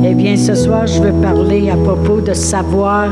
Eh bien, ce soir, je veux parler à propos de savoir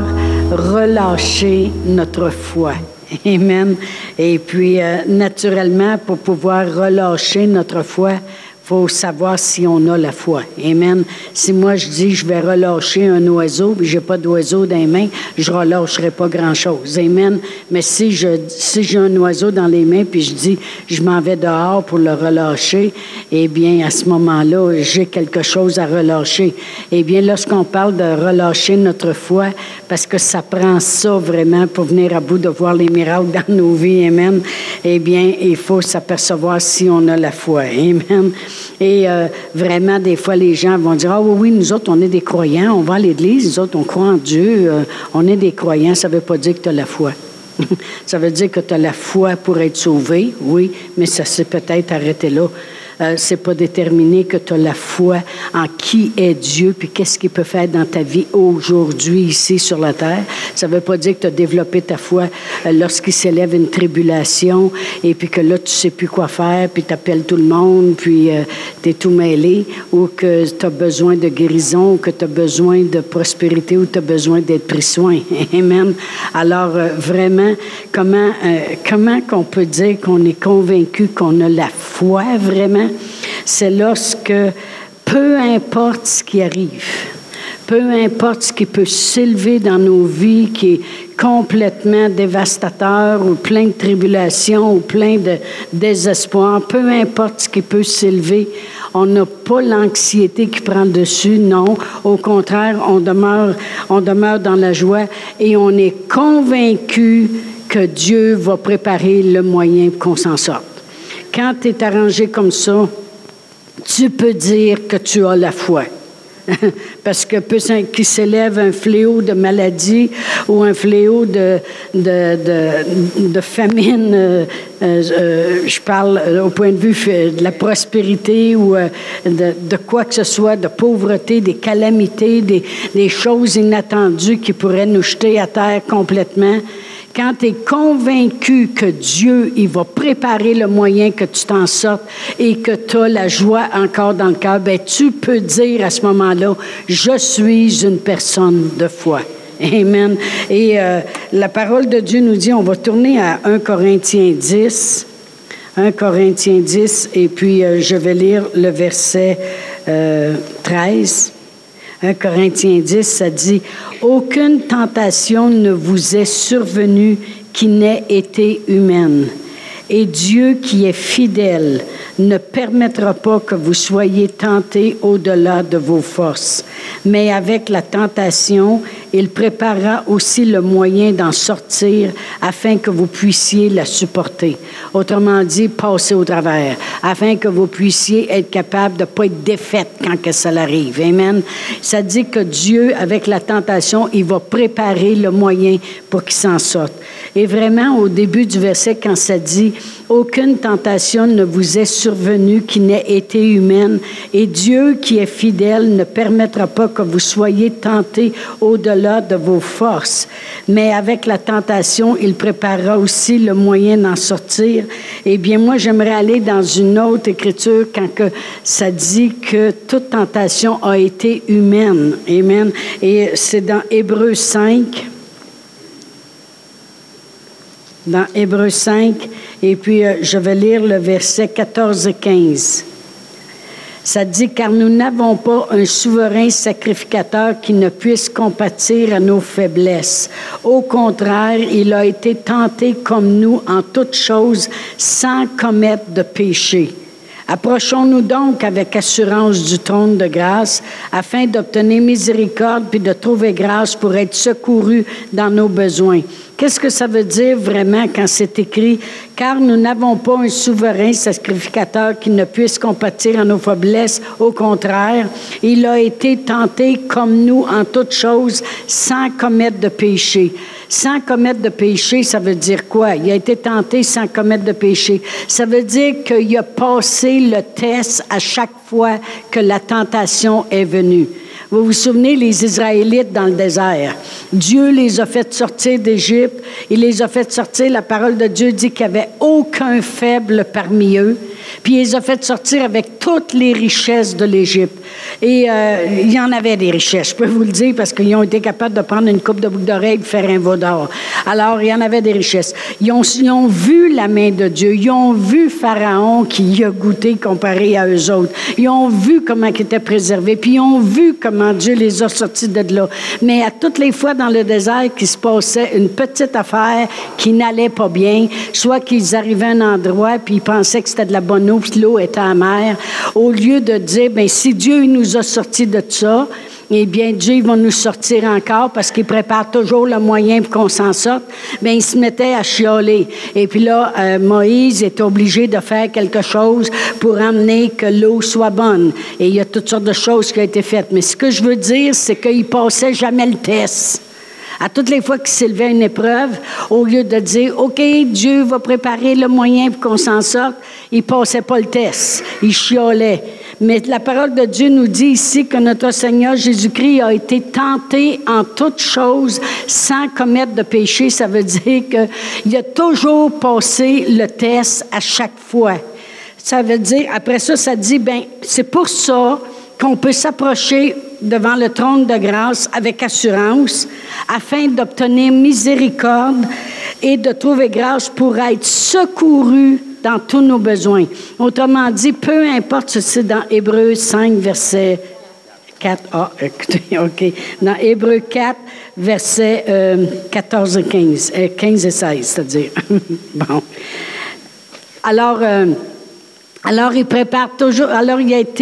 relâcher notre foi. Amen. Et puis, naturellement, pour pouvoir relâcher notre foi, il faut savoir si on a la foi. Amen. Si moi, je dis, je vais relâcher un oiseau, puis je n'ai pas d'oiseau dans les mains, je ne relâcherai pas grand-chose. Amen. Mais si j'ai un oiseau dans les mains, puis je dis, je m'en vais dehors pour le relâcher, eh bien, à ce moment-là, j'ai quelque chose à relâcher. Eh bien, lorsqu'on parle de relâcher notre foi, parce que ça prend ça vraiment pour venir à bout de voir les miracles dans nos vies, amen, eh bien, il faut s'apercevoir si on a la foi. Amen. Et vraiment, des fois, les gens vont dire, « Ah oui, nous autres, on est des croyants, on va à l'église, nous autres, on croit en Dieu, on est des croyants. » Ça ne veut pas dire que tu as la foi. Ça veut dire que tu as la foi pour être sauvé, oui, mais ça s'est peut-être arrêté là. C'est pas déterminé que tu as la foi en qui est Dieu puis qu'est-ce qu'il peut faire dans ta vie aujourd'hui ici sur la terre. Ça veut pas dire que tu as développé ta foi lorsqu'il s'élève une tribulation et puis que là tu sais plus quoi faire puis tu appelles tout le monde puis tu es tout mêlé ou que tu as besoin de guérison ou que tu as besoin de prospérité ou tu as besoin d'être pris soin. Amen. Alors vraiment comment qu'on peut dire qu'on est convaincu qu'on a la foi vraiment? C'est lorsque, peu importe ce qui arrive, peu importe ce qui peut s'élever dans nos vies, qui est complètement dévastateur ou plein de tribulations ou plein de désespoir, peu importe ce qui peut s'élever, on n'a pas l'anxiété qui prend le dessus, non. Au contraire, on demeure dans la joie et on est convaincu que Dieu va préparer le moyen pour qu'on s'en sorte. Quand tu es arrangé comme ça, tu peux dire que tu as la foi. Parce que qu'il s'élève un fléau de maladie ou un fléau de famine, je parle au point de vue de la prospérité ou de quoi que ce soit, de pauvreté, des calamités, des choses inattendues qui pourraient nous jeter à terre complètement. Quand tu es convaincu que Dieu, il va préparer le moyen que tu t'en sortes et que tu as la joie encore dans le cœur, bien, tu peux dire à ce moment-là, je suis une personne de foi. Amen. Et la parole de Dieu nous dit, on va tourner à 1 Corinthiens 10. 1 Corinthiens 10, et puis je vais lire le verset 13. 1 Corinthiens 10, ça dit « Aucune tentation ne vous est survenue qui n'ait été humaine. Et Dieu qui est fidèle ne permettra pas que vous soyez tentés au-delà de vos forces. Mais avec la tentation, il préparera aussi le moyen d'en sortir afin que vous puissiez la supporter. » Autrement dit, passer au travers, afin que vous puissiez être capable de ne pas être défaite quand que ça arrive. Amen. Ça dit que Dieu, avec la tentation, il va préparer le moyen pour qu'il s'en sorte. Et vraiment, au début du verset, quand ça dit « Aucune tentation ne vous est survenue qui n'ait été humaine, et Dieu qui est fidèle ne permettra pas que vous soyez tentés au-delà de vos forces. Mais avec la tentation, il préparera aussi le moyen d'en sortir. » Eh bien, moi, j'aimerais aller dans une autre écriture quand que ça dit que toute tentation a été humaine. Amen. Et c'est dans Hébreux 5. Dans Hébreux 5, et puis je vais lire le verset 14 et 15. Ça dit, « Car nous n'avons pas un souverain sacrificateur qui ne puisse compatir à nos faiblesses. Au contraire, il a été tenté comme nous en toutes choses, sans commettre de péché. Approchons-nous donc avec assurance du trône de grâce, afin d'obtenir miséricorde puis de trouver grâce pour être secourus dans nos besoins. » Qu'est-ce que ça veut dire vraiment quand c'est écrit « Car nous n'avons pas un souverain sacrificateur qui ne puisse compatir à nos faiblesses. Au contraire, il a été tenté comme nous en toutes choses, sans commettre de péché. » Sans commettre de péché, ça veut dire quoi? Il a été tenté sans commettre de péché. Ça veut dire qu'il a passé le test à chaque fois que la tentation est venue. Vous vous souvenez, les Israélites dans le désert. Dieu les a fait sortir d'Égypte. Il les a fait sortir. La parole de Dieu dit qu'il n'y avait aucun faible parmi eux. Puis il les a fait sortir avec toutes les richesses de l'Égypte. Et il y en avait des richesses, je peux vous le dire, parce qu'ils ont été capables de prendre une coupe de boucles d'oreilles et de faire un veau d'or. Alors, il y en avait des richesses. Ils ont vu la main de Dieu. Ils ont vu Pharaon qui y a goûté comparé à eux autres. Ils ont vu comment ils étaient préservés. Puis ils ont vu comment Dieu les a sortis de là. Mais à toutes les fois dans le désert qu'il se passait une petite affaire qui n'allait pas bien, soit qu'ils arrivaient à un endroit puis ils pensaient que c'était de la bonne eau puis l'eau était amère, au lieu de dire, bien, si Dieu nous a sortis de ça, eh bien, Dieu va nous sortir encore parce qu'il prépare toujours le moyen pour qu'on s'en sorte. Bien, il se mettait à chialer. Et puis là, Moïse est obligé de faire quelque chose pour amener que l'eau soit bonne. Et il y a toutes sortes de choses qui ont été faites. Mais ce que je veux dire, c'est qu'il passait jamais le test. À toutes les fois qu'il s'élevait une épreuve, au lieu de dire, OK, Dieu va préparer le moyen pour qu'on s'en sorte, il passait pas le test. Il chialait. Mais la parole de Dieu nous dit ici que notre Seigneur Jésus-Christ a été tenté en toutes choses sans commettre de péché. Ça veut dire qu'il a toujours passé le test à chaque fois. Ça veut dire, après ça, ça dit, bien, c'est pour ça qu'on peut s'approcher devant le trône de grâce avec assurance afin d'obtenir miséricorde et de trouver grâce pour être secouru dans tous nos besoins. Autrement dit, peu importe, c'est dans Hébreux 5, verset 4. Ah, écoutez, OK. Dans Hébreux 4, versets 14 et 15. 15 et 16, c'est-à-dire. Bon. Alors, il prépare toujours. Alors,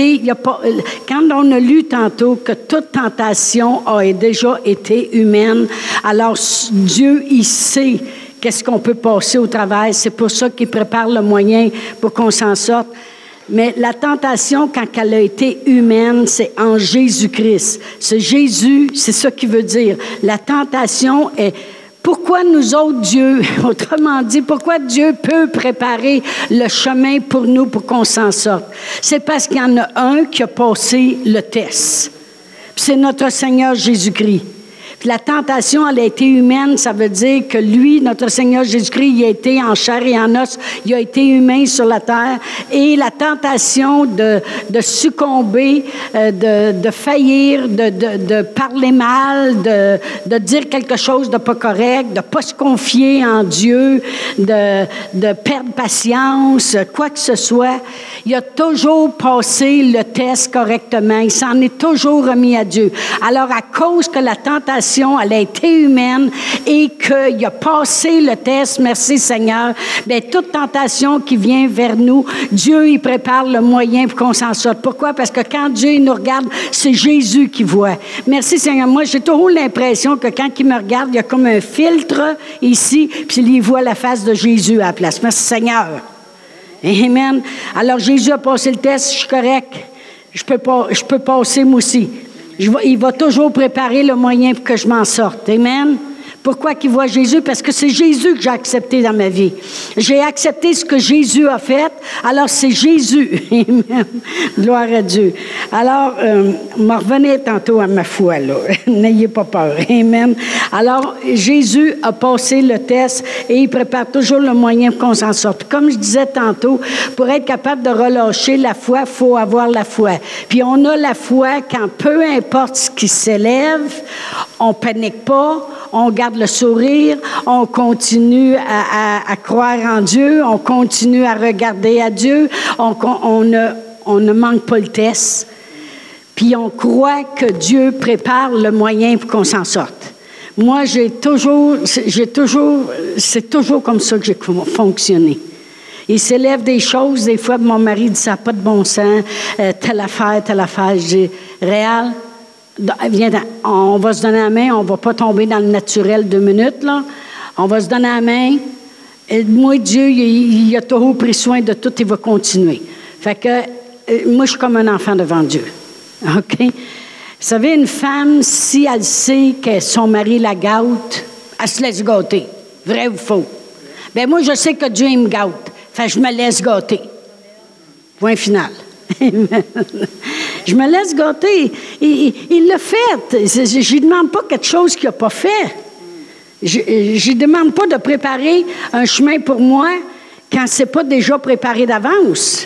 quand on a lu tantôt que toute tentation a déjà été humaine, alors Dieu, il sait qu'est-ce qu'on peut passer au travers. C'est pour ça qu'il prépare le moyen pour qu'on s'en sorte. Mais la tentation, quand elle a été humaine, c'est en Jésus-Christ. C'est Jésus, c'est ça qui veut dire. La tentation est... Pourquoi nous autres, Dieu, autrement dit, pourquoi Dieu peut préparer le chemin pour nous pour qu'on s'en sorte? C'est parce qu'il y en a un qui a passé le test. Puis c'est notre Seigneur Jésus-Christ. Puis la tentation, elle a été humaine, ça veut dire que lui, notre Seigneur Jésus-Christ, il a été en chair et en os, il a été humain sur la terre. Et la tentation de succomber, de faillir, de parler mal, de dire quelque chose de pas correct, de pas se confier en Dieu, de perdre patience, quoi que ce soit, il a toujours passé le test correctement. Il s'en est toujours remis à Dieu. Alors, à cause que la tentation, elle a été humaine et qu'il a passé le test, merci Seigneur, bien, toute tentation qui vient vers nous, Dieu, il prépare le moyen pour qu'on s'en sorte. Pourquoi? Parce que quand Dieu il nous regarde, c'est Jésus qui voit. Merci Seigneur. Moi, j'ai toujours l'impression que quand il me regarde, il y a comme un filtre ici, puis il voit la face de Jésus à la place. Merci Seigneur. Amen. Alors, Jésus a passé le test, je suis correct. Je peux passer moi aussi. Il va toujours préparer le moyen pour que je m'en sorte. Amen. Pourquoi qu'il voit Jésus? Parce que c'est Jésus que j'ai accepté dans ma vie. J'ai accepté ce que Jésus a fait, alors c'est Jésus. Amen. Gloire à Dieu. Alors, me revenez tantôt à ma foi, là. N'ayez pas peur. Amen. Alors, Jésus a passé le test et il prépare toujours le moyen pour qu'on s'en sorte. Comme je disais tantôt, pour être capable de relâcher la foi, il faut avoir la foi. Puis on a la foi quand peu importe ce qui s'élève, on panique pas, on garde le sourire, on continue à croire en Dieu, on continue à regarder à Dieu, on ne manque pas le test. Puis on croit que Dieu prépare le moyen pour qu'on s'en sorte. Moi, c'est toujours comme ça que j'ai fonctionné. Il s'élève des choses, des fois, mon mari dit, ça n'a pas de bon sens, telle affaire. Je dis, Réal, viens, on va se donner la main, on ne va pas tomber dans le naturel 2 minutes, là. On va se donner la main. Et moi, Dieu, il a toujours pris soin de tout, il va continuer. Fait que, moi, je suis comme un enfant devant Dieu. OK? Vous savez, une femme, si elle sait que son mari la gâte, elle se laisse gâter. Vrai ou faux? Bien, moi, je sais que Dieu, il me gâte. Fait que je me laisse gâter. Point final. Je me laisse gâter. Il l'a fait. Je ne demande pas quelque chose qu'il n'a pas fait. Je ne demande pas de préparer un chemin pour moi quand ce n'est pas déjà préparé d'avance.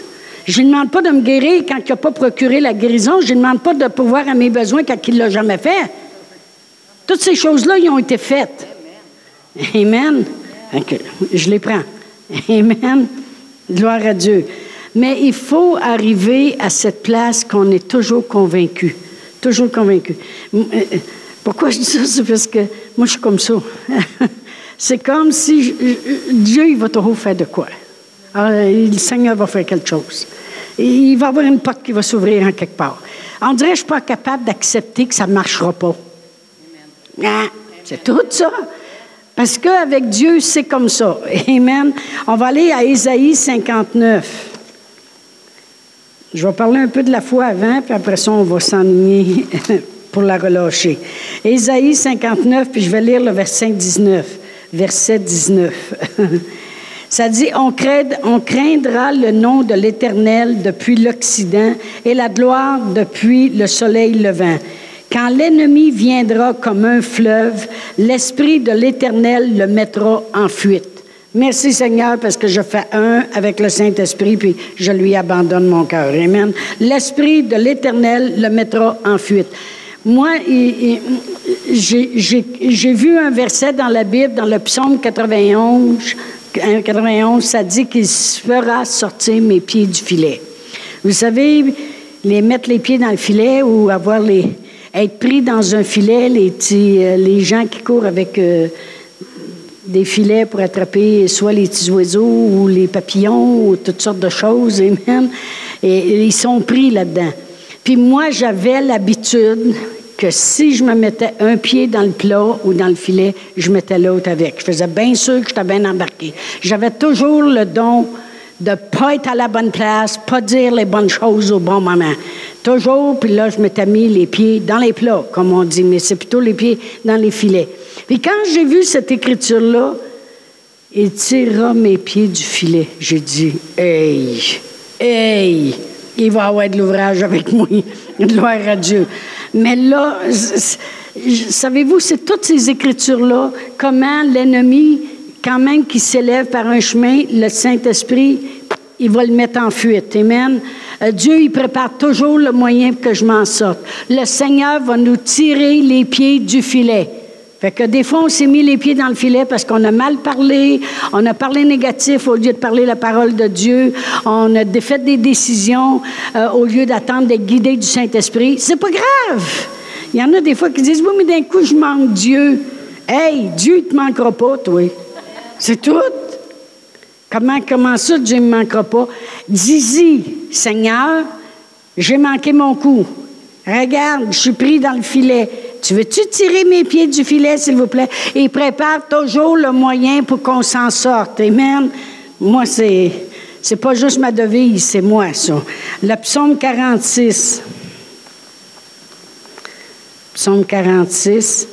Je ne demande pas de me guérir quand il n'a pas procuré la guérison. Je ne demande pas de pouvoir à mes besoins quand il ne l'a jamais fait. Toutes ces choses-là, ils ont été faites. Amen. Okay. Je les prends. Amen. Gloire à Dieu. Mais il faut arriver à cette place qu'on est toujours convaincu. Toujours convaincu. Pourquoi je dis ça? C'est parce que moi, je suis comme ça. C'est comme si Dieu, il va toujours faire de quoi. Alors, le Seigneur va faire quelque chose. Il va y avoir une porte qui va s'ouvrir en quelque part. On dirait que je ne suis pas capable d'accepter que ça ne marchera pas. Ah, c'est tout ça. Parce qu'avec Dieu, c'est comme ça. Amen. On va aller à Ésaïe 59. Je vais parler un peu de la foi avant, puis après ça, on va s'enligner pour la relâcher. Ésaïe 59, puis je vais lire le verset 19. Verset 19. Ça dit, on craindra le nom de l'Éternel depuis l'Occident et la gloire depuis le soleil levant. Quand l'ennemi viendra comme un fleuve, l'Esprit de l'Éternel le mettra en fuite. Merci Seigneur parce que je fais un avec le Saint-Esprit puis je lui abandonne mon cœur. Amen. L'Esprit de l'Éternel le mettra en fuite. Moi, j'ai vu un verset dans la Bible, dans le psaume 91, ça dit qu'il fera sortir mes pieds du filet. Vous savez, mettre les pieds dans le filet ou être pris dans un filet, les gens qui courent avec des filets pour attraper soit les petits oiseaux ou les papillons ou toutes sortes de choses, amen, et ils sont pris là-dedans. Puis moi, j'avais l'habitude que si je me mettais un pied dans le plat ou dans le filet, je mettais l'autre avec. Je faisais bien sûr que j'étais bien embarqué. J'avais toujours le don de ne pas être à la bonne place, pas dire les bonnes choses au bon moment. Toujours, puis là, je m'étais mis les pieds dans les plats, comme on dit, mais c'est plutôt les pieds dans les filets. Puis quand j'ai vu cette écriture-là, « Il tirera mes pieds du filet », j'ai dit, « Hey, il va y avoir de l'ouvrage avec moi, gloire à Dieu. » Mais là, savez-vous, c'est toutes ces écritures-là, comment l'ennemi, quand même qui s'élève par un chemin, le Saint-Esprit, il va le mettre en fuite. Amen. Dieu, il prépare toujours le moyen pour que je m'en sorte. Le Seigneur va nous tirer les pieds du filet. Fait que des fois, on s'est mis les pieds dans le filet parce qu'on a mal parlé, on a parlé négatif au lieu de parler la parole de Dieu, on a fait des décisions au lieu d'attendre d'être guidé du Saint-Esprit. C'est pas grave. Il y en a des fois qui disent, oui, mais d'un coup, je manque Dieu. Hey, Dieu, il te manquera pas, toi. C'est tout. Comment ça, Dieu ne me manquera pas? Dis-y, Seigneur, j'ai manqué mon coup. Regarde, je suis pris dans le filet. Tu veux-tu tirer mes pieds du filet, s'il vous plaît? Et il prépare toujours le moyen pour qu'on s'en sorte. Amen. Moi, c'est pas juste ma devise, c'est moi, ça. Le psaume 46. Psaume 46.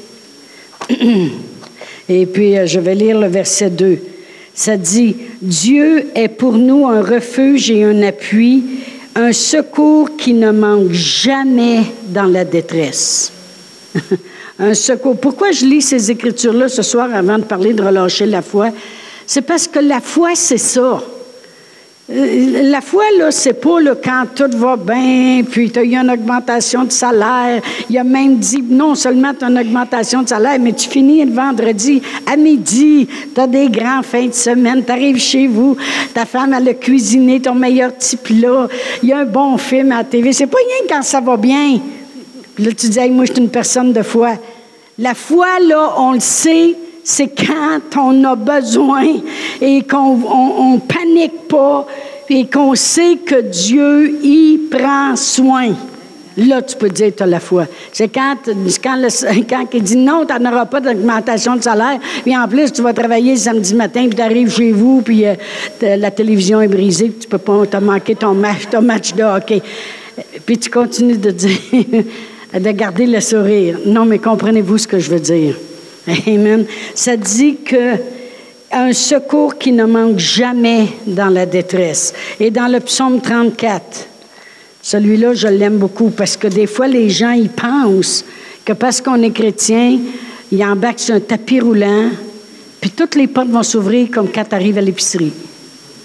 Et puis, je vais lire le verset 2. Ça dit, « Dieu est pour nous un refuge et un appui, un secours qui ne manque jamais dans la détresse. » Un secours. Pourquoi je lis ces écritures-là ce soir avant de parler de relâcher la foi? C'est parce que la foi, c'est ça. La foi, là, c'est pas là, quand tout va bien, puis tu as eu une augmentation de salaire. Il a même dit, non seulement tu as une augmentation de salaire, mais tu finis le vendredi à midi, tu as des grands fins de semaine, tu arrives chez vous, ta femme, elle a cuisiné ton meilleur petit plat, il y a un bon film à la TV. C'est pas rien quand ça va bien. Puis là, tu dis, hey, moi, je suis une personne de foi. La foi, là, on le sait, c'est quand on a besoin et qu'on panique pas et qu'on sait que Dieu y prend soin. Là, tu peux dire que tu as la foi. C'est quand il dit non, tu n'auras pas d'augmentation de salaire, puis en plus, tu vas travailler le samedi matin, puis tu arrives chez vous, puis la télévision est brisée, puis tu peux pas, tu as manqué ton match de hockey. Puis tu continues de dire, de garder le sourire. Non, mais comprenez-vous ce que je veux dire? Amen. Ça dit que un secours qui ne manque jamais dans la détresse. Et dans le psaume 34, celui-là, je l'aime beaucoup parce que des fois, les gens, ils pensent que parce qu'on est chrétien, ils embarquent sur un tapis roulant, puis toutes les portes vont s'ouvrir comme quand tu arrives à l'épicerie.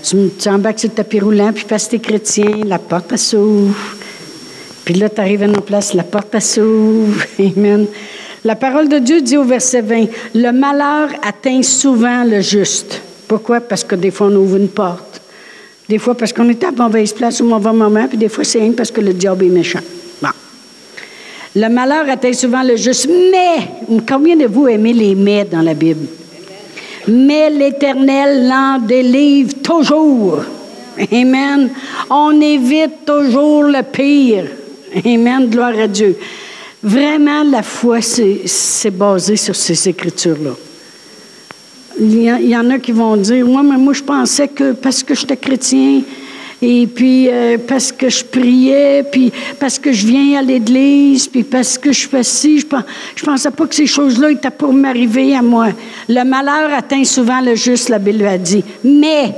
Tu embarques sur le tapis roulant, puis parce que t'es chrétien, la porte, elle s'ouvre. Puis là, tu arrives à une place, la porte, elle s'ouvre. Amen. La parole de Dieu dit au verset 20, « Le malheur atteint souvent le juste. » Pourquoi? Parce que des fois, on ouvre une porte. Des fois, parce qu'on est à la mauvaise place au mauvais moment, puis des fois, c'est rien parce que le diable est méchant. Bon. Le malheur atteint souvent le juste. Mais, combien de vous aimez les « mais » dans la Bible? Mais l'Éternel l'en délivre toujours. Amen. On évite toujours le pire. Amen. Gloire à Dieu. Vraiment, la foi, c'est basé sur ces Écritures-là. Il y en a qui vont dire, ouais, mais moi, je pensais que parce que j'étais chrétien, et puis parce que je priais, puis parce que je viens à l'Église, puis parce que je fais ci, je pensais pas que ces choses-là étaient pour m'arriver à moi. Le malheur atteint souvent le juste, la Bible a dit. Mais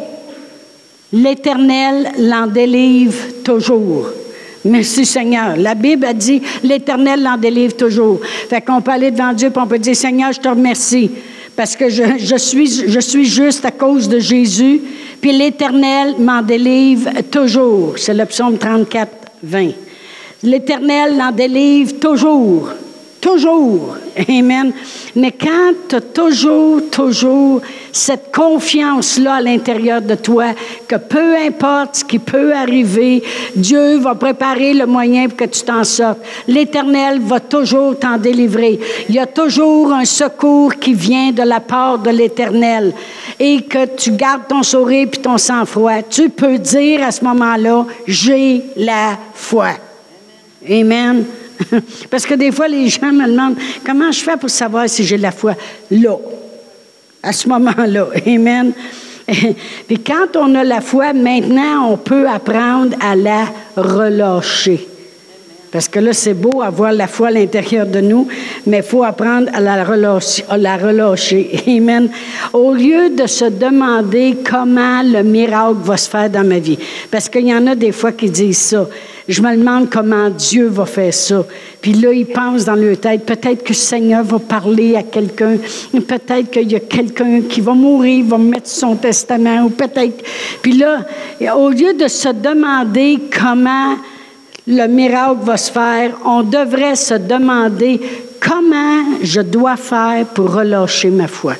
l'Éternel l'en délivre toujours. Merci Seigneur. La Bible a dit, l'Éternel l'en délivre toujours. Fait qu'on peut aller devant Dieu et on peut dire, Seigneur, je te remercie parce que je suis juste à cause de Jésus, puis l'Éternel m'en délivre toujours. C'est le psaume 34, 20. L'Éternel l'en délivre toujours. Toujours. Amen. Mais quand tu as toujours cette confiance-là à l'intérieur de toi, que peu importe ce qui peut arriver, Dieu va préparer le moyen pour que tu t'en sortes. L'Éternel va toujours t'en délivrer. Il y a toujours un secours qui vient de la part de l'Éternel. Et que tu gardes ton sourire puis ton sang-froid. Tu peux dire à ce moment-là, j'ai la foi. Amen. Parce que des fois, les gens me demandent, comment je fais pour savoir si j'ai la foi? Là, à ce moment-là. Amen. Puis quand on a la foi, maintenant, on peut apprendre à la relâcher. Parce que là, c'est beau avoir la foi à l'intérieur de nous, mais il faut apprendre à la relâcher. Amen. Au lieu de se demander comment le miracle va se faire dans ma vie. Parce qu'il y en a des fois qui disent ça. Je me demande comment Dieu va faire ça. Puis là, ils pensent dans leur tête, peut-être que le Seigneur va parler à quelqu'un, peut-être qu'il y a quelqu'un qui va mourir, va mettre son testament, ou peut-être... Puis là, au lieu de se demander comment le miracle va se faire, on devrait se demander comment je dois faire pour relâcher ma foi.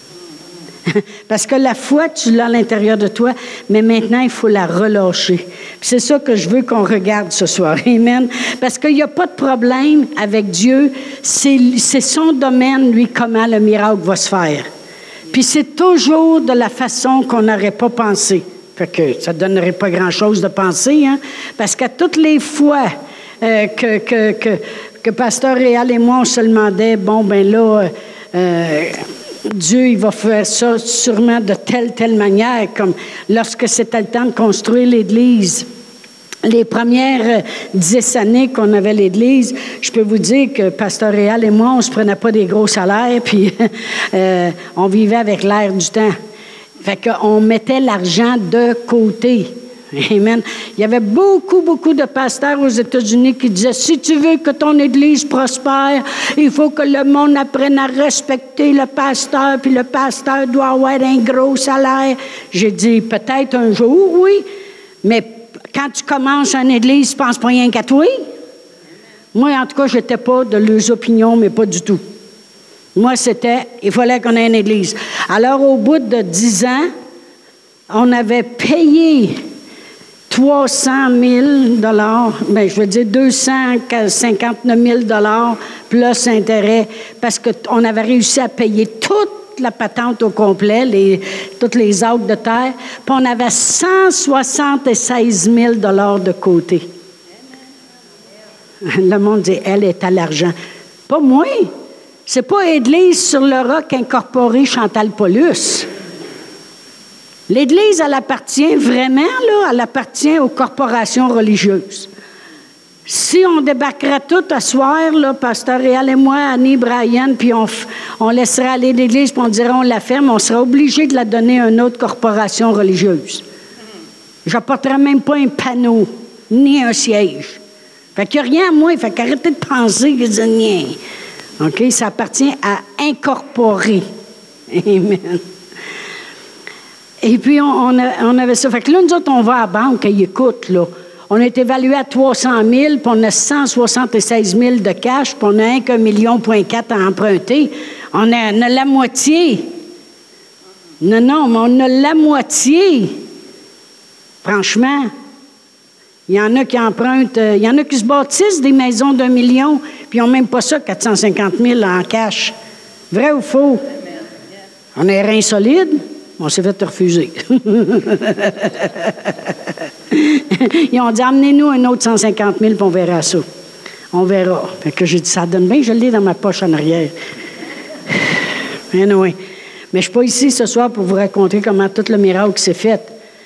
Parce que la foi, tu l'as à l'intérieur de toi, mais maintenant, il faut la relâcher. Puis c'est ça que je veux qu'on regarde ce soir. Amen. Parce qu'il n'y a pas de problème avec Dieu. C'est son domaine, lui, comment le miracle va se faire. Puis c'est toujours de la façon qu'on n'aurait pas pensé. Fait que ça ne donnerait pas grand-chose de penser, hein? Parce qu'à toutes les fois que Pasteur Réal et moi, on se demandait, bon, ben là... Dieu, il va faire ça sûrement de telle manière, comme lorsque c'était le temps de construire l'Église. Les premières 10 années qu'on avait l'Église, je peux vous dire que Pasteur Réal et moi, on ne se prenait pas des gros salaires, puis on vivait avec l'air du temps. Fait qu'on mettait l'argent de côté. Amen. Il y avait beaucoup de pasteurs aux États-Unis qui disaient, si tu veux que ton Église prospère, il faut que le monde apprenne à respecter le pasteur, puis le pasteur doit avoir un gros salaire. J'ai dit, peut-être un jour, oui, mais quand tu commences une Église, pense pas rien qu'à toi. Moi, en tout cas, je n'étais pas de leurs opinions, mais pas du tout. Moi, c'était, il fallait qu'on ait une Église. Alors, au bout de 10 ans, on avait payé 300 000 bien, je veux dire 259 000 plus intérêt, parce qu'on avait réussi à payer toute la patente au complet, toutes les actes de terre, puis on avait 176 000 de côté. Le monde dit, elle est à l'argent. Pas moi. C'est pas Église sur le roc incorporée Chantal Paulus. L'Église, elle appartient vraiment, là, elle appartient aux corporations religieuses. Si on débarquerait tout à soir, là, Pasteur Réal et moi, Annie, Brian, puis on laisserait aller l'Église, puis on dirait on la ferme, on serait obligé de la donner à une autre corporation religieuse. J'apporterais même pas un panneau, ni un siège. Fait qu'il n'y a rien à moi, fait qu'arrêtez de penser que c'est rien. OK? Ça appartient à incorporer. Amen. Et puis, on avait ça. Fait que là, nous autres, on va à la banque, ils écoutent, là. On est évalué à 300 000, puis on a 176 000 de cash, puis on a 1,4 million à emprunter. On a la moitié. Non, mais on a la moitié. Franchement, il y en a qui empruntent, il y en a qui se bâtissent des maisons d'1 million, puis ils n'ont même pas ça, 450 000 en cash. Vrai ou faux? On a les reins solides, on s'est fait refuser. Ils ont dit, amenez-nous un autre 150 000, puis on verra ça. On verra. Fait que j'ai dit, ça donne bien, je l'ai dans ma poche en arrière. Anyway. Mais je ne suis pas ici ce soir pour vous raconter comment tout le miracle s'est fait.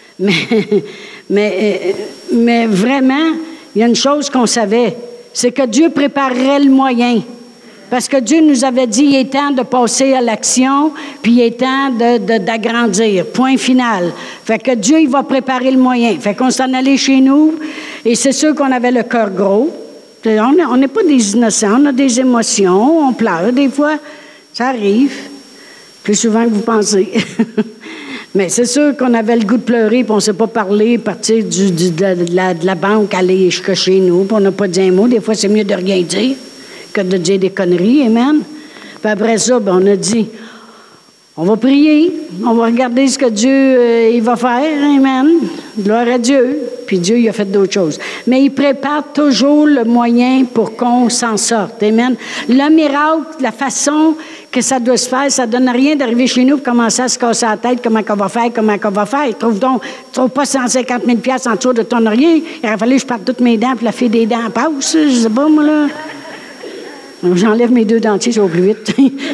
Mais vraiment, il y a une chose qu'on savait, c'est que Dieu préparerait le moyen. Parce que Dieu nous avait dit, il est temps de passer à l'action, puis il est temps d'agrandir. Point final. Fait que Dieu, il va préparer le moyen. Fait qu'on s'en allait chez nous, et c'est sûr qu'on avait le cœur gros. On n'est pas des innocents, on a des émotions, on pleure des fois. Ça arrive. Plus souvent que vous pensez. Mais c'est sûr qu'on avait le goût de pleurer, puis on ne s'est pas parlé, partir de la banque, aller jusqu'à chez nous, puis on n'a pas dit un mot. Des fois, c'est mieux de rien dire que de dire des conneries, amen. Puis après ça, ben, on a dit, on va prier, on va regarder ce que Dieu il va faire, amen. Gloire à Dieu. Puis Dieu, il a fait d'autres choses. Mais il prépare toujours le moyen pour qu'on s'en sorte, amen. Le miracle, la façon que ça doit se faire, ça ne donne rien d'arriver chez nous pour commencer à se casser la tête, comment qu'on va faire. Trouve pas 150 000 $ en dessous de ton oreiller. Il aurait fallu que je parte toutes mes dents, puis la fille des dents passe, je sais pas, moi, là. J'enlève mes 2 dentiers, ça va plus vite.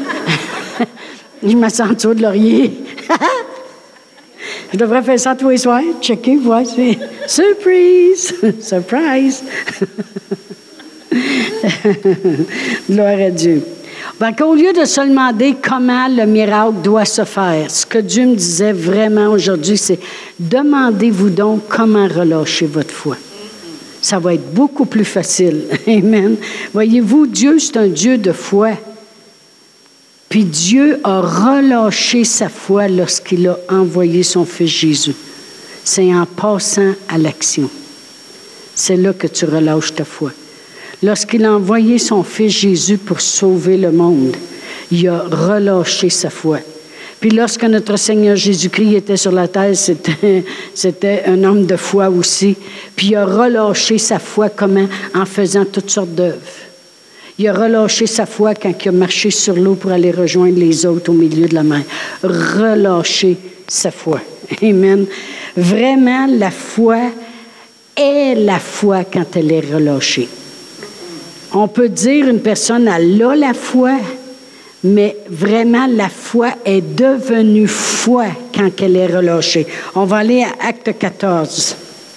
Je me sens en dessous de l'oreiller. Je devrais faire ça tous les soirs, checker, voir, c'est surprise! Surprise! Gloire à Dieu. Donc, au lieu de se demander comment le miracle doit se faire, ce que Dieu me disait vraiment aujourd'hui, c'est demandez-vous donc comment relâcher votre foi. Ça va être beaucoup plus facile. Amen. Voyez-vous, Dieu, c'est un Dieu de foi. Puis Dieu a relâché sa foi lorsqu'il a envoyé son Fils Jésus. C'est en passant à l'action. C'est là que tu relâches ta foi. Lorsqu'il a envoyé son Fils Jésus pour sauver le monde, il a relâché sa foi. Puis lorsque notre Seigneur Jésus-Christ était sur la terre, c'était un homme de foi aussi. Puis il a relâché sa foi comment? En faisant toutes sortes d'œuvres. Il a relâché sa foi quand il a marché sur l'eau pour aller rejoindre les autres au milieu de la mer. Relâcher sa foi. Amen. Vraiment, la foi est la foi quand elle est relâchée. On peut dire une personne, elle a la foi, mais vraiment, la foi est devenue foi quand elle est relâchée. On va aller à Acte 14.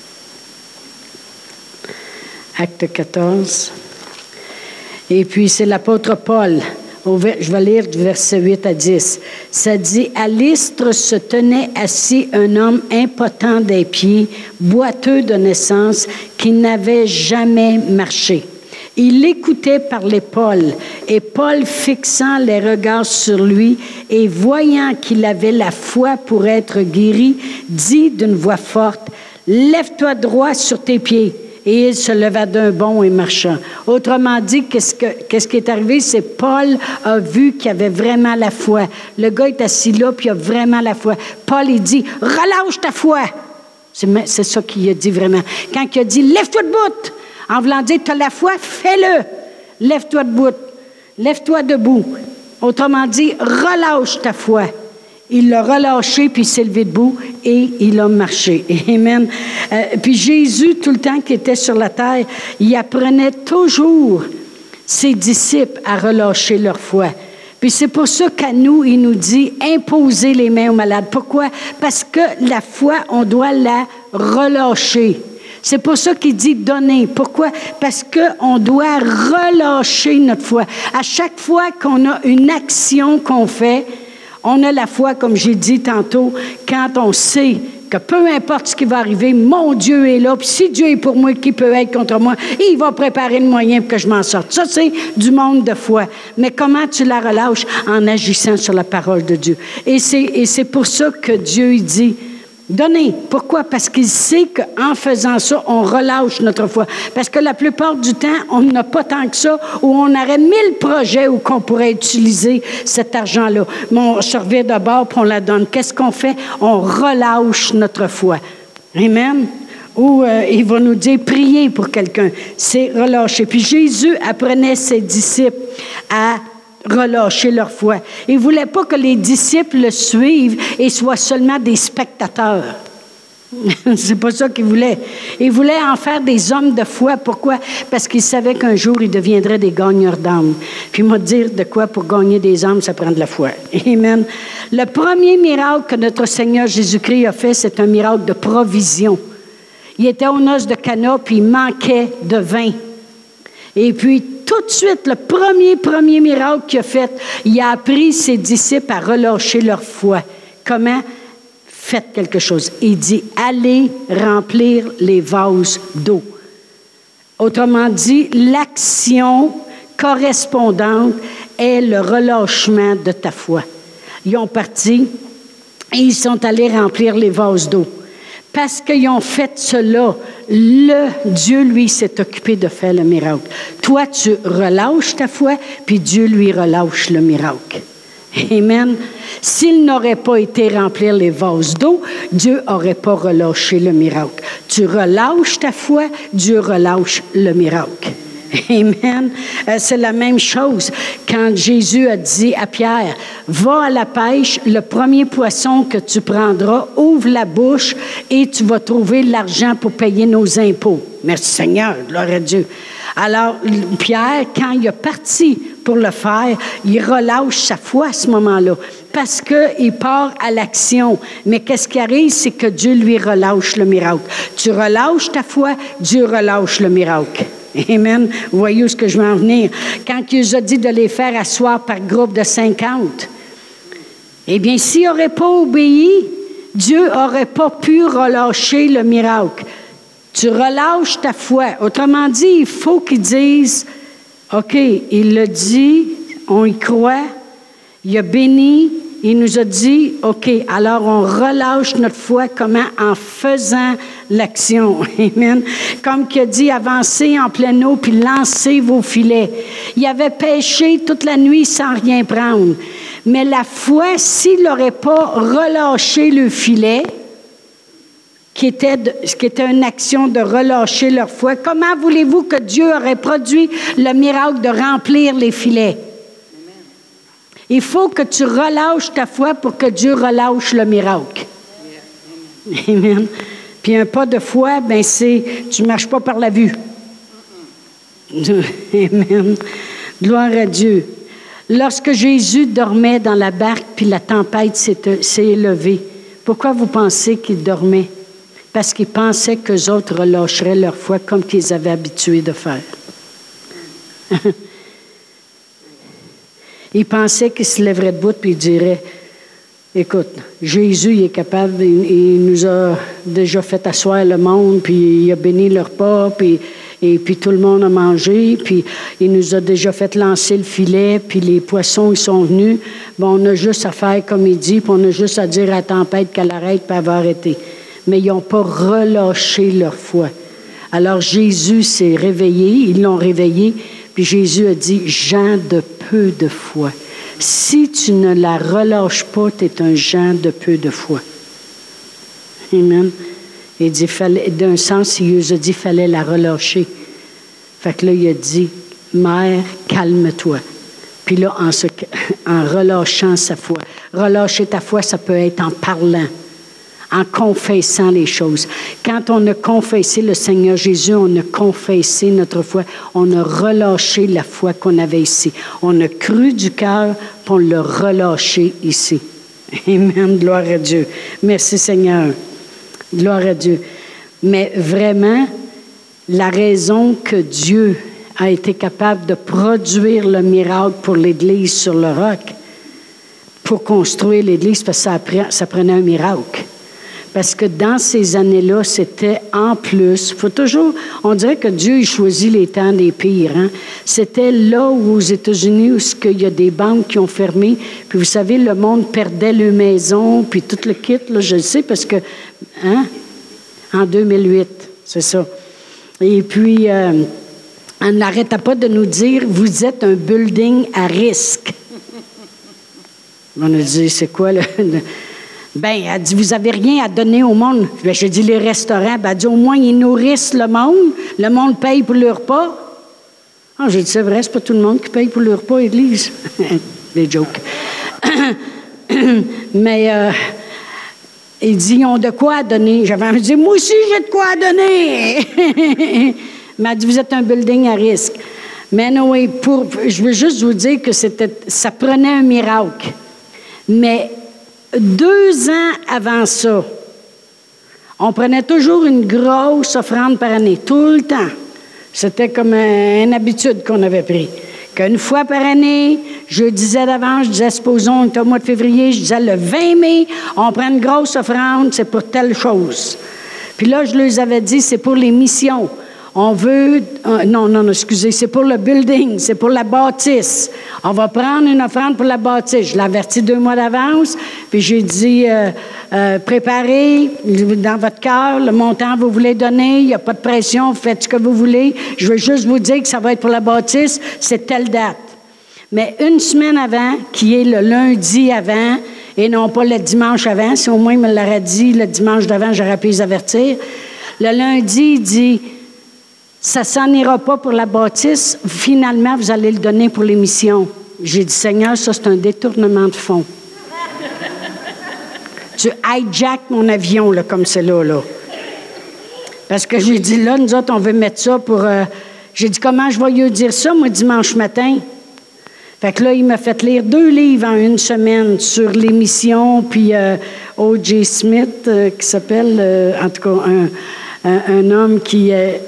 Acte 14. Et puis, c'est l'apôtre Paul. Je vais lire du verset 8 à 10. Ça dit, « À Lystre se tenait assis un homme impotent des pieds, boiteux de naissance, qui n'avait jamais marché. Il l'écoutait parler Paul, et Paul, fixant les regards sur lui et voyant qu'il avait la foi pour être guéri, dit d'une voix forte, « Lève-toi droit sur tes pieds. » Et il se leva d'un bond et marcha. Autrement dit, qu'est-ce qui est arrivé? C'est Paul a vu qu'il avait vraiment la foi. Le gars est assis là, puis il a vraiment la foi. Paul, il dit, « Relâche ta foi. » C'est ça qu'il a dit vraiment. Quand il a dit, « Lève-toi debout. » En voulant dire, tu as la foi, fais-le. Lève-toi debout. Lève-toi debout. Autrement dit, relâche ta foi. Il l'a relâché, puis il s'est levé debout et il a marché. Amen. Puis Jésus, tout le temps qu'il était sur la terre, il apprenait toujours ses disciples à relâcher leur foi. Puis c'est pour ça qu'à nous, il nous dit, imposez les mains aux malades. Pourquoi? Parce que la foi, on doit la relâcher. C'est pour ça qu'il dit donner. Pourquoi? Parce qu'on doit relâcher notre foi. À chaque fois qu'on a une action qu'on fait, on a la foi, comme j'ai dit tantôt, quand on sait que peu importe ce qui va arriver, mon Dieu est là. Puis si Dieu est pour moi, qui peut être contre moi? Il va préparer le moyen pour que je m'en sorte. Ça, c'est du monde de foi. Mais comment tu la relâches? En agissant sur la parole de Dieu. Et c'est pour ça que Dieu il dit, donnez. Pourquoi? Parce qu'il sait qu'en faisant ça, on relâche notre foi. Parce que la plupart du temps, on n'a pas tant que ça, où on aurait 1000 projets où qu'on pourrait utiliser cet argent-là. Mais on se revient de bord et on la donne. Qu'est-ce qu'on fait? On relâche notre foi. Amen. Ou il va nous dire, priez pour quelqu'un. C'est relâcher. Puis Jésus apprenait ses disciples à relâcher leur foi. Il ne voulait pas que les disciples le suivent et soient seulement des spectateurs. C'est pas ça qu'il voulait. Il voulait en faire des hommes de foi. Pourquoi? Parce qu'il savait qu'un jour, ils deviendraient des gagneurs d'âmes. Puis il m'a dit de quoi pour gagner des âmes, ça prend de la foi. Amen. Le premier miracle que notre Seigneur Jésus-Christ a fait, c'est un miracle de provision. Il était aux noces de Cana, puis il manquait de vin. Et puis, tout de suite, le premier miracle qu'il a fait, il a appris ses disciples à relâcher leur foi. Comment? Faites quelque chose. Il dit, allez remplir les vases d'eau. Autrement dit, l'action correspondante est le relâchement de ta foi. Ils ont parti et ils sont allés remplir les vases d'eau. Parce qu'ils ont fait cela, Dieu, lui, s'est occupé de faire le miracle. Toi, tu relâches ta foi, puis Dieu, lui, relâche le miracle. Amen. S'il n'aurait pas été remplir les vases d'eau, Dieu n'aurait pas relâché le miracle. Tu relâches ta foi, Dieu relâche le miracle. Amen. C'est la même chose quand Jésus a dit à Pierre, va à la pêche, le premier poisson que tu prendras, ouvre la bouche et tu vas trouver l'argent pour payer nos impôts. Merci Seigneur, gloire à Dieu. Alors, Pierre, quand il est parti pour le faire, il relâche sa foi à ce moment-là parce qu'il part à l'action. Mais qu'est-ce qui arrive? C'est que Dieu lui relâche le miracle. Tu relâches ta foi, Dieu relâche le miracle. Amen. Vous voyez où est-ce que je veux en venir? Quand il nous a dit de les faire asseoir par groupe de 50, eh bien, s'il n'aurait pas obéi, Dieu n'aurait pas pu relâcher le miracle. Tu relâches ta foi. Autrement dit, il faut qu'ils disent, OK, il l'a dit, on y croit, il a béni, il nous a dit, OK, alors on relâche notre foi, comment? En faisant l'action. Amen. Comme qu'il a dit, avancez en pleine eau, puis lancez vos filets. Il avait pêché toute la nuit sans rien prendre. Mais la foi, s'il n'aurait pas relâché le filet, qui était une action de relâcher leur foi, comment voulez-vous que Dieu aurait produit le miracle de remplir les filets? Il faut que tu relâches ta foi pour que Dieu relâche le miracle. Amen. Puis un pas de foi, ben c'est, tu ne marches pas par la vue. Amen. Gloire à Dieu. Lorsque Jésus dormait dans la barque, puis la tempête s'est élevée, pourquoi vous pensez qu'il dormait? Parce qu'il pensait qu'eux autres relâcheraient leur foi comme qu'ils avaient habitué de faire. Il pensait qu'il se lèverait debout puis il dirait, écoute, Jésus, il est capable, il nous a déjà fait asseoir le monde, puis il a béni le repas, et puis tout le monde a mangé, puis il nous a déjà fait lancer le filet, puis les poissons, ils sont venus. Bon, on a juste à faire comme il dit, puis on a juste à dire à la tempête qu'elle arrête, puis elle va arrêter. Mais ils n'ont pas relâché leur foi. Alors Jésus s'est réveillé, ils l'ont réveillé, puis Jésus a dit, Jean de peu de foi. Si tu ne la relâches pas, tu es un Jean de peu de foi. Amen. Il dit, d'un sens, il nous a dit qu'il fallait la relâcher. Fait que là, il a dit, Mère, calme-toi. Puis là, en relâchant sa foi. Relâcher ta foi, ça peut être en parlant, en confessant les choses. Quand on a confessé le Seigneur Jésus, on a confessé notre foi, on a relâché la foi qu'on avait ici. On a cru du cœur, puis on l'a relâché ici. Amen, gloire à Dieu. Merci Seigneur. Gloire à Dieu. Mais vraiment, la raison que Dieu a été capable de produire le miracle pour l'Église sur le roc, pour construire l'Église, parce que ça prenait un miracle. Parce que dans ces années-là, c'était en plus. Faut toujours, on dirait que Dieu il choisit les temps des pires. Hein? C'était là où aux États-Unis où il y a des banques qui ont fermé. Puis vous savez, le monde perdait leur maison, puis tout le kit, là, je le sais, parce que, hein? En 2008, c'est ça. Et puis, on n'arrêtait pas de nous dire, vous êtes un building à risque. On a dit, c'est quoi le... Ben, elle dit, vous n'avez rien à donner au monde. Ben, j'ai dit, les restaurants. Ben, elle dit, au moins, ils nourrissent le monde. Le monde paye pour le repas. Ah, j'ai dit, c'est vrai, c'est pas tout le monde qui paye pour le repas à l'église. Des jokes. Mais, il dit, ils ont de quoi à donner. J'avais envie de dire, moi aussi, j'ai de quoi à donner. Mais elle dit, vous êtes un building à risque. Mais non, je veux juste vous dire que ça prenait un miracle. Mais 2 ans avant ça, on prenait toujours une grosse offrande par année, tout le temps. C'était comme une habitude qu'on avait pris. Qu'une fois par année, je disais d'avance, je disais, supposons, on est au mois de février, je disais, le 20 mai, on prend une grosse offrande, c'est pour telle chose. Puis là, je leur avais dit, c'est pour les missions. On veut... non, excusez, c'est pour le building, c'est pour la bâtisse. On va prendre une offrande pour la bâtisse. Je l'ai averti 2 mois d'avance, puis j'ai dit, préparez dans votre cœur le montant que vous voulez donner, il n'y a pas de pression, faites ce que vous voulez. Je veux juste vous dire que ça va être pour la bâtisse, c'est telle date. Mais 1 semaine avant, qui est le lundi avant, et non pas le dimanche avant, si au moins il me l'aurait dit le dimanche d'avant, j'aurais pu les avertir. Le lundi, il dit... Ça s'en ira pas pour la bâtisse. Finalement, vous allez le donner pour les missions. J'ai dit, Seigneur, ça, c'est un détournement de fonds. Tu hijack mon avion, là, comme c'est là. Parce que j'ai dit, là, nous autres, on veut mettre ça pour... J'ai dit, comment je vais lui dire ça, moi, dimanche matin? Fait que là, il m'a fait lire 2 livres en 1 semaine sur les missions, puis O.J. Smith, qui s'appelle, en tout cas, un homme qui...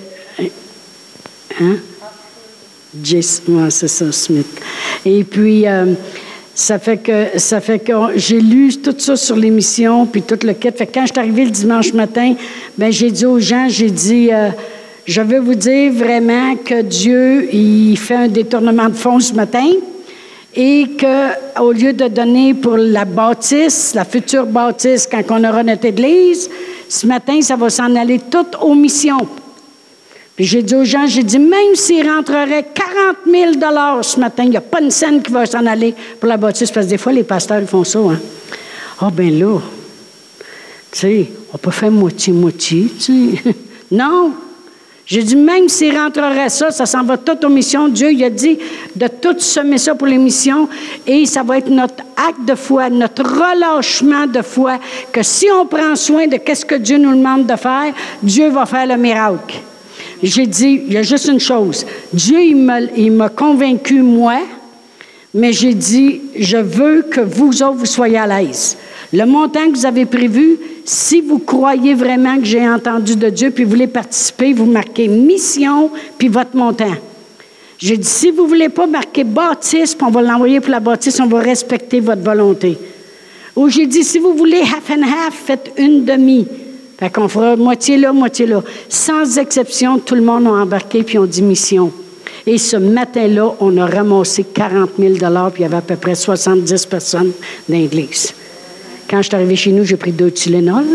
Hein? Ouais, c'est ça, Smith. Et puis, ça fait que j'ai lu tout ça sur l'émission, puis tout le kit. Fait que quand je suis arrivée le dimanche matin, ben j'ai dit aux gens, j'ai dit, je veux vous dire vraiment que Dieu, il fait un détournement de fonds ce matin, et qu'au lieu de donner pour la bâtisse, la future bâtisse, quand on aura notre église, ce matin, ça va s'en aller tout aux missions. Puis j'ai dit aux gens, j'ai dit, même s'il rentrerait 40 000 $ ce matin, il n'y a pas une scène qui va s'en aller pour la bâtisse, parce que des fois, les pasteurs, ils font ça, hein. Ah, ben là, tu sais, on peut faire moitié-moitié, tu sais. Non! J'ai dit, même s'il rentrerait ça s'en va tout aux missions. Dieu, il a dit de tout semer ça pour les missions, et ça va être notre acte de foi, notre relâchement de foi, que si on prend soin de qu'est-ce que Dieu nous demande de faire, Dieu va faire le miracle. J'ai dit, il y a juste une chose. Dieu, il m'a convaincu, moi, mais j'ai dit, je veux que vous autres, vous soyez à l'aise. Le montant que vous avez prévu, si vous croyez vraiment que j'ai entendu de Dieu, puis vous voulez participer, vous marquez mission, puis votre montant. J'ai dit, si vous ne voulez pas marquer bâtisse, puis on va l'envoyer pour la bâtisse, on va respecter votre volonté. Ou j'ai dit, si vous voulez half and half, faites une demi. Fait qu'on fera moitié là, moitié là. Sans exception, tout le monde a embarqué puis on dit mission. Et ce matin-là, on a ramassé 40 000 $, puis il y avait à peu près 70 personnes dans l'église. Quand je suis arrivée chez nous, j'ai pris 2 Tylenol.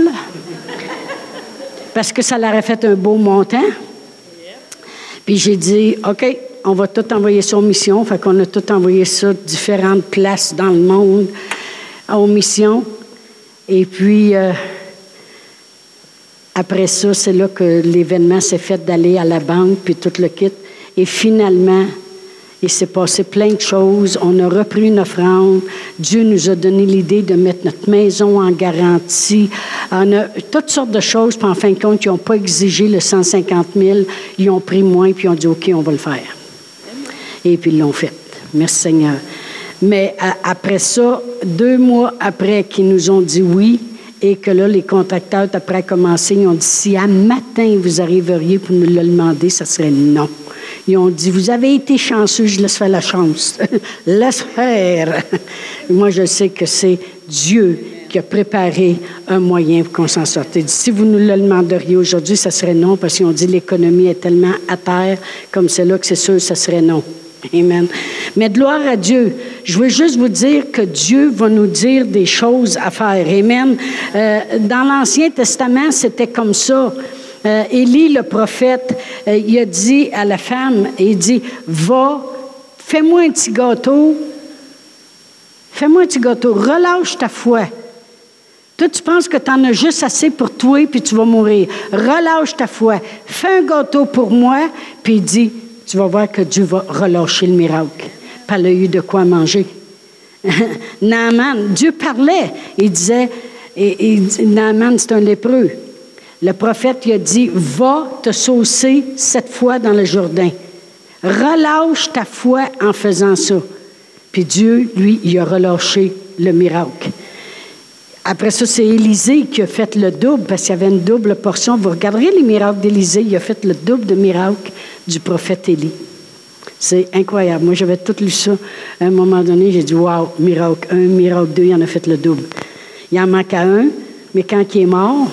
Parce que ça leur a fait un beau montant. Puis j'ai dit, OK, on va tout envoyer ça aux missions. Fait qu'on a tout envoyé ça différentes places dans le monde aux missions. Et puis... après ça, c'est là que l'événement s'est fait d'aller à la banque, puis tout le kit. Et finalement, il s'est passé plein de choses. On a repris une offrande. Dieu nous a donné l'idée de mettre notre maison en garantie. On a toutes sortes de choses. Puis en fin de compte, ils n'ont pas exigé le 150 000. Ils ont pris moins, puis ils ont dit, OK, on va le faire. Et puis ils l'ont fait. Merci Seigneur. Mais après ça, 2 mois après qu'ils nous ont dit oui, et que là, les contracteurs, après commencer, ils ont dit, si à matin, vous arriveriez pour nous le demander, ça serait non. Ils ont dit, vous avez été chanceux, je laisse faire la chance. Laisse faire. Moi, je sais que c'est Dieu qui a préparé un moyen pour qu'on s'en sorte. Il dit, si vous nous le demanderiez aujourd'hui, ça serait non, parce qu'on dit l'économie est tellement à terre comme celle-là que c'est sûr, ça serait non. Amen. Mais gloire à Dieu. Je veux juste vous dire que Dieu va nous dire des choses à faire. Amen. Dans l'Ancien Testament, c'était comme ça. Élie, le prophète, il a dit à la femme, il dit, va, fais-moi un petit gâteau. Fais-moi un petit gâteau. Relâche ta foi. Toi, tu penses que tu en as juste assez pour toi, puis tu vas mourir. Relâche ta foi. Fais un gâteau pour moi, puis il dit, tu vas voir que Dieu va relâcher le miracle. Puis elle a eu de quoi manger. Naaman, Dieu parlait. Il disait, Naaman, c'est un lépreux. Le prophète, il a dit, va te saucer 7 fois dans le Jourdain. Relâche ta foi en faisant ça. Puis Dieu, lui, il a relâché le miracle. Après ça, c'est Élisée qui a fait le double, parce qu'il y avait une double portion. Vous regarderez les miracles d'Élisée, il a fait le double de miracles du prophète Élie. C'est incroyable. Moi, j'avais tout lu ça. À un moment donné, j'ai dit, wow, miracle 1, miracle 2, il en a fait le double. Il en manque à un, mais quand il est mort,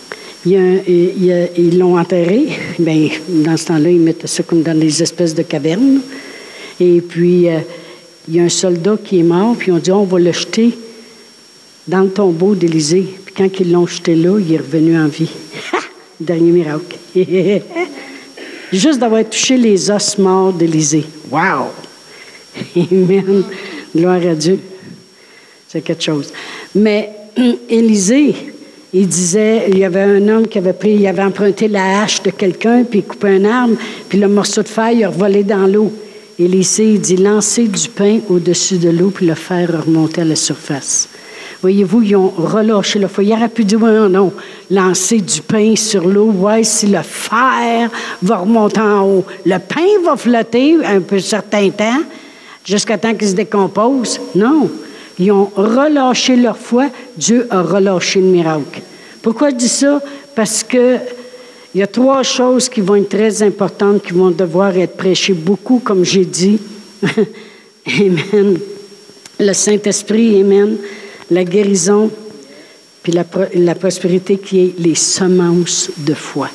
ils l'ont enterré. Bien, dans ce temps-là, ils mettaient ça comme dans des espèces de cavernes. Et puis, il y a un soldat qui est mort, puis ils ont dit, on va le jeter dans le tombeau d'Élisée. Puis quand ils l'ont jeté là, il est revenu en vie. Ha! Dernier miracle. Juste d'avoir touché les os morts d'Élisée. Wow! Amen. Gloire à Dieu. C'est quelque chose. Mais Élisée, il disait, il y avait un homme qui il avait emprunté la hache de quelqu'un, puis il coupait un arbre, puis le morceau de fer, il a revolé dans l'eau. Élisée, il dit, lancez du pain au-dessus de l'eau, puis le fer a remonté à la surface. Voyez-vous, ils ont relâché le feu. Il aurait pu dire, non, lancer du pain sur l'eau, ouais, si le fer va remonter en haut. Le pain va flotter un peu certain temps, jusqu'à temps qu'il se décompose. Non, ils ont relâché leur foi. Dieu a relâché le miracle. Pourquoi je dis ça? Parce que il y a 3 choses qui vont être très importantes, qui vont devoir être prêchées beaucoup, comme j'ai dit. Amen. Le Saint-Esprit, amen. La guérison, puis la prospérité qui est les semences de foi.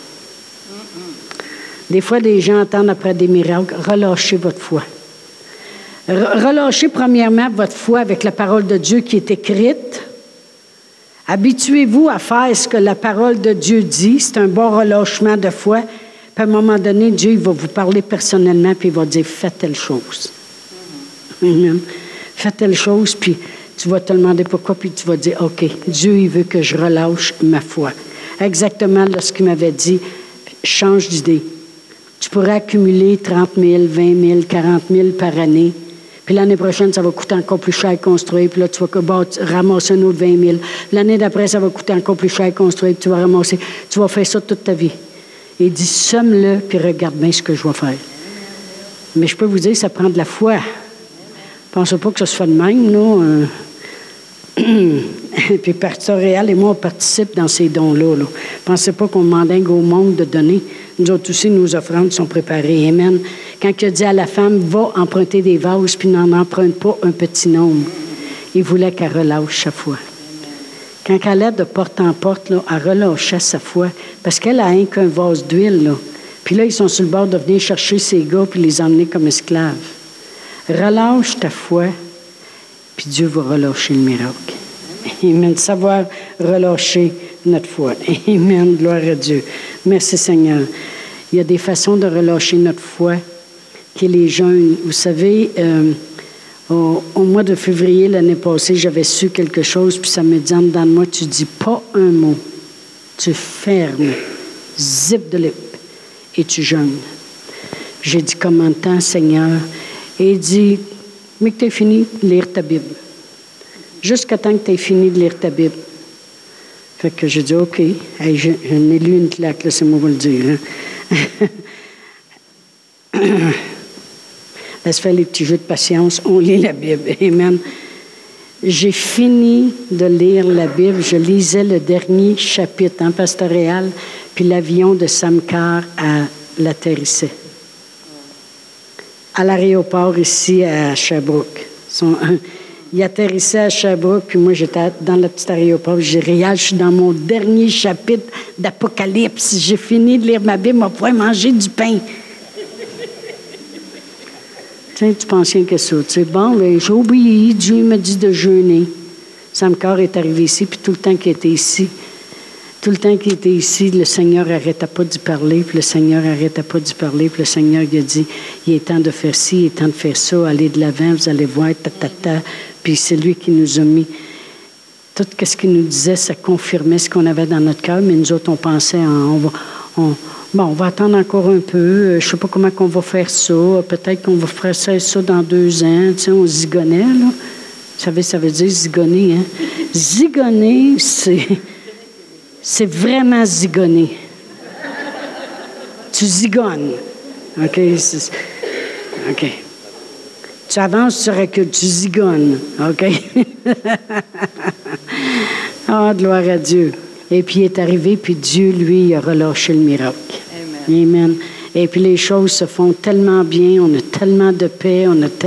Des fois, des gens attendent après des miracles. Relâchez votre foi. Relâchez premièrement votre foi avec la parole de Dieu qui est écrite. Habituez-vous à faire ce que la parole de Dieu dit. C'est un bon relâchement de foi. Puis à un moment donné, Dieu il va vous parler personnellement, puis il va dire, fais telle chose. Amen. Fais telle chose, puis tu vas te demander pourquoi, puis tu vas dire, OK, Dieu, il veut que je relâche ma foi. Exactement lorsqu'il m'avait dit, change d'idée. Tu pourrais accumuler 30 000, 20 000, 40 000 par année. Puis l'année prochaine, ça va coûter encore plus cher à construire. Puis là, tu vas ramasser un autre 20 000. L'année d'après, ça va coûter encore plus cher à construire. Puis tu vas ramasser. Tu vas faire ça toute ta vie. Et il dit, somme-le, puis regarde bien ce que je vais faire. Mais je peux vous dire, ça prend de la foi. Pensez pas que ça se fait de même, là. Puis Pasteur Réal et moi, on participe dans ces dons-là. Là. Pensez pas qu'on demande au monde de donner. Nous autres aussi, nos offrandes sont préparées. Amen. Quand il a dit à la femme, va emprunter des vases, puis n'en emprunte pas un petit nombre, il voulait qu'elle relâche sa foi. Quand elle allait de porte en porte, là, elle relâchait sa foi, parce qu'elle a rien qu'un vase d'huile. Là. Puis là, ils sont sur le bord de venir chercher ces gars puis les emmener comme esclaves. Relâche ta foi, puis Dieu va relâcher le miracle. Amen. Savoir relâcher notre foi. Amen. Gloire à Dieu. Merci Seigneur. Il y a des façons de relâcher notre foi qui est les jeûnes. Vous savez, au mois de février l'année passée, j'avais su quelque chose, puis ça me dit en dedans de moi, tu dis pas un mot. Tu fermes, zip de lip, et tu jeûnes. J'ai dit, comment de temps, Seigneur? Et il dit, mais que tu aies fini de lire ta Bible. Jusqu'à temps que tu aies fini de lire ta Bible. Fait que j'ai dit, OK. Hey, je n'ai lu une claque, laissez-moi vous le dire. Hein? Laisse faire les petits jeux de patience. On lit la Bible. Amen. J'ai fini de lire la Bible. Je lisais le dernier chapitre, hein, Pasteur Réal, puis l'avion de Samcar l'atterrissait. À l'aéroport ici à Sherbrooke. Il atterrissait à Sherbrooke, puis moi, j'étais dans le petit aéroport. J'ai dit, Réal, je suis dans mon dernier chapitre d'Apocalypse. J'ai fini de lire ma Bible, on pourrait manger du pain. Tu penses rien que ça. Tu sais, bon, ben, j'ai oublié, Dieu m'a dit de jeûner. Sam Carr est arrivé ici, puis tout le temps qu'il était ici, le Seigneur n'arrêtait pas d'y parler, puis le Seigneur n'arrêtait pas d'y parler, puis le Seigneur il a dit, il est temps de faire ci, il est temps de faire ça, allez de l'avant, vous allez voir, puis c'est lui qui nous a mis. Tout ce qu'il nous disait, ça confirmait ce qu'on avait dans notre cœur, mais nous autres, on pensait, on va attendre encore un peu, je ne sais pas comment on va faire ça, peut-être qu'on va faire ça dans 2 ans, tu sais, on zigonnait, là. Vous savez, ça veut dire zigonner, hein? Zigonner, c'est vraiment zigonner. Tu zigonnes. OK? OK. Tu avances, tu recules, tu zigonnes. OK? Ah, gloire à Dieu. Et puis, il est arrivé, puis Dieu, lui, il a relâché le miracle. Amen. Amen. Et puis, les choses se font tellement bien, on a tellement de paix,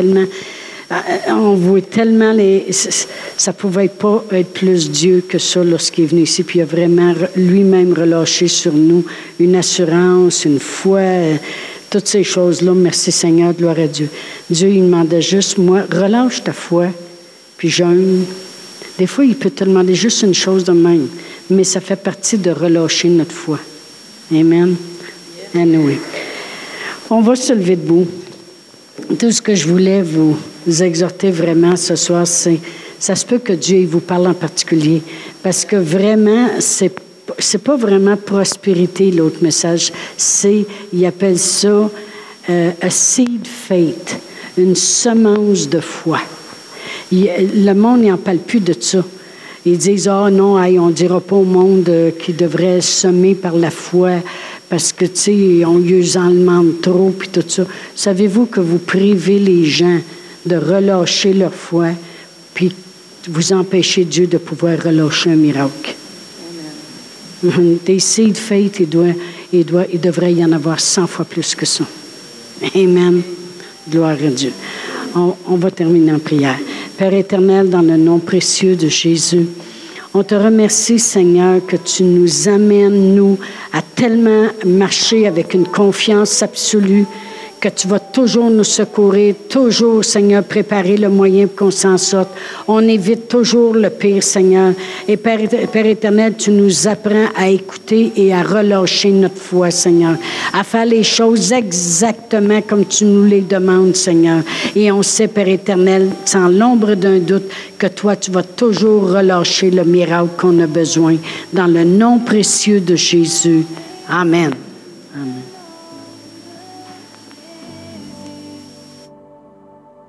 on voit tellement ça pouvait pas être plus Dieu que ça lorsqu'il est venu ici. Puis il a vraiment lui-même relâché sur nous une assurance, une foi, toutes ces choses-là. Merci Seigneur, gloire à Dieu. Dieu, il demandait juste, moi, relâche ta foi, puis jeûne. Des fois, il peut te demander juste une chose de même, mais ça fait partie de relâcher notre foi. Amen. Anyway. On va se lever debout. Tout ce que je voulais vous exhorter vraiment ce soir, ça se peut que Dieu vous parle en particulier, parce que vraiment, c'est pas vraiment prospérité, l'autre message, il appelle ça a seed faith, une semence de foi. Le monde n'en parle plus de ça. Ils disent, non, on ne dira pas au monde qu'il devrait semer par la foi, parce que, tu sais, on lui en demande trop, puis tout ça. Savez-vous que vous privez les gens de relâcher leur foi, puis vous empêchez Dieu de pouvoir relâcher un miracle? Amen. Des seed faith, il devrait y en avoir 100 fois plus que ça. Amen. Gloire à Dieu. On va terminer en prière. Père éternel, dans le nom précieux de Jésus, on te remercie, Seigneur, que tu nous amènes, nous, à tellement marcher avec une confiance absolue, que tu vas toujours nous secourir, toujours, Seigneur, préparer le moyen pour qu'on s'en sorte. On évite toujours le pire, Seigneur. Et Père éternel, tu nous apprends à écouter et à relâcher notre foi, Seigneur, à faire les choses exactement comme tu nous les demandes, Seigneur. Et on sait, Père éternel, sans l'ombre d'un doute, que toi, tu vas toujours relâcher le miracle qu'on a besoin. Dans le nom précieux de Jésus. Amen.